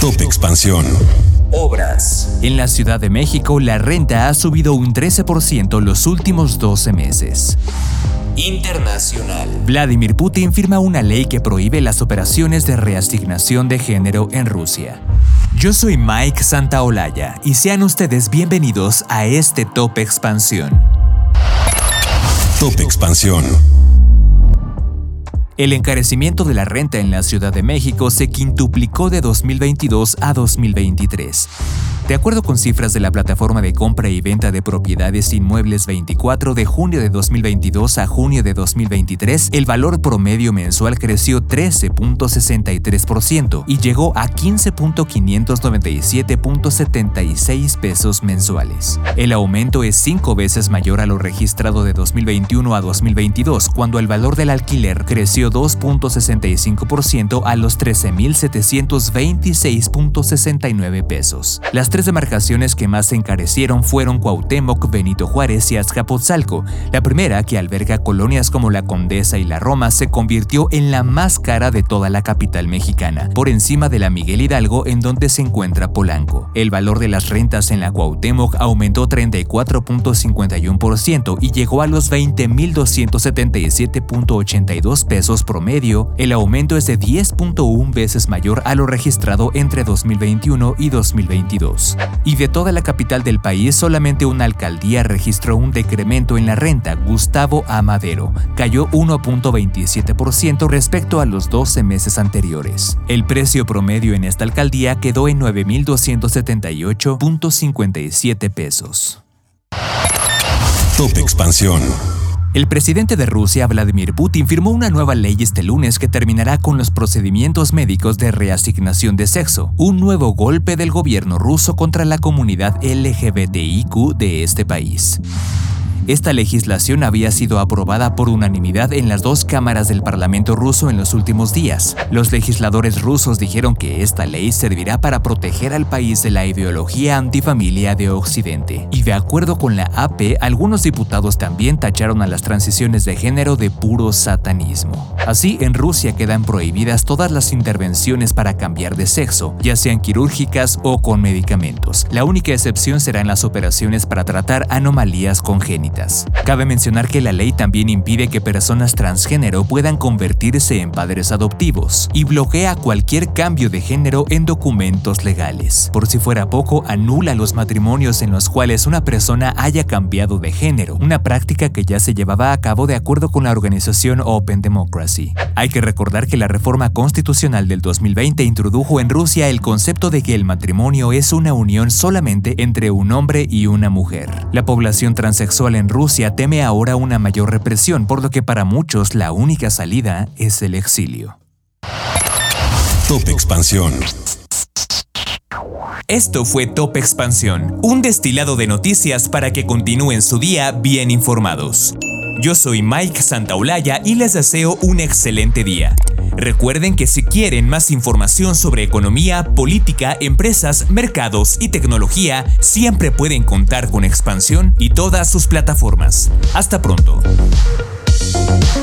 Top Expansión. Obras. En la Ciudad de México, la renta ha subido un 13% los últimos 12 meses. Internacional. Vladimir Putin firma una ley que prohíbe las operaciones de reasignación de género en Rusia. Yo soy Mike Santaolalla y sean ustedes bienvenidos a este Top Expansión. Top Expansión. El encarecimiento de la renta en la Ciudad de México se quintuplicó de 2022 a 2023. De acuerdo con cifras de la plataforma de compra y venta de propiedades inmuebles 24 de junio de 2022 a junio de 2023, el valor promedio mensual creció 13.63% y llegó a 15.597.76 pesos mensuales. El aumento es 5 veces mayor a lo registrado de 2021 a 2022, cuando el valor del alquiler creció 2.65% a los 13.726.69 pesos. Las tres demarcaciones que más se encarecieron fueron Cuauhtémoc, Benito Juárez y Azcapotzalco. La primera, que alberga colonias como La Condesa y La Roma, se convirtió en la más cara de toda la capital mexicana, por encima de la Miguel Hidalgo, en donde se encuentra Polanco. El valor de las rentas en la Cuauhtémoc aumentó 34.51% y llegó a los 20.277.82 pesos promedio. El aumento es de 10.1 veces mayor a lo registrado entre 2021 y 2022. Y de toda la capital del país, solamente una alcaldía registró un decremento en la renta, Gustavo A. Madero. Cayó 1.27% respecto a los 12 meses anteriores. El precio promedio en esta alcaldía quedó en 9.278.57 pesos. Top Expansión. El presidente de Rusia, Vladimir Putin, firmó una nueva ley este lunes que terminará con los procedimientos médicos de reasignación de sexo, un nuevo golpe del gobierno ruso contra la comunidad LGBTIQ de este país. Esta legislación había sido aprobada por unanimidad en las dos cámaras del Parlamento ruso en los últimos días. Los legisladores rusos dijeron que esta ley servirá para proteger al país de la ideología antifamilia de Occidente. Y de acuerdo con la AP, algunos diputados también tacharon a las transiciones de género de puro satanismo. Así, en Rusia quedan prohibidas todas las intervenciones para cambiar de sexo, ya sean quirúrgicas o con medicamentos. La única excepción serán las operaciones para tratar anomalías congénitas. Cabe mencionar que la ley también impide que personas transgénero puedan convertirse en padres adoptivos y bloquea cualquier cambio de género en documentos legales. Por si fuera poco, anula los matrimonios en los cuales una persona haya cambiado de género, una práctica que ya se llevaba a cabo de acuerdo con la organización Open Democracy. Hay que recordar que la reforma constitucional del 2020 introdujo en Rusia el concepto de que el matrimonio es una unión solamente entre un hombre y una mujer. La población transexual en Rusia teme ahora una mayor represión, por lo que para muchos la única salida es el exilio. Top Expansión. Esto fue Top Expansión, un destilado de noticias para que continúen su día bien informados. Yo soy Mike Santaolalla y les deseo un excelente día. Recuerden que si quieren más información sobre economía, política, empresas, mercados y tecnología, siempre pueden contar con Expansión y todas sus plataformas. Hasta pronto.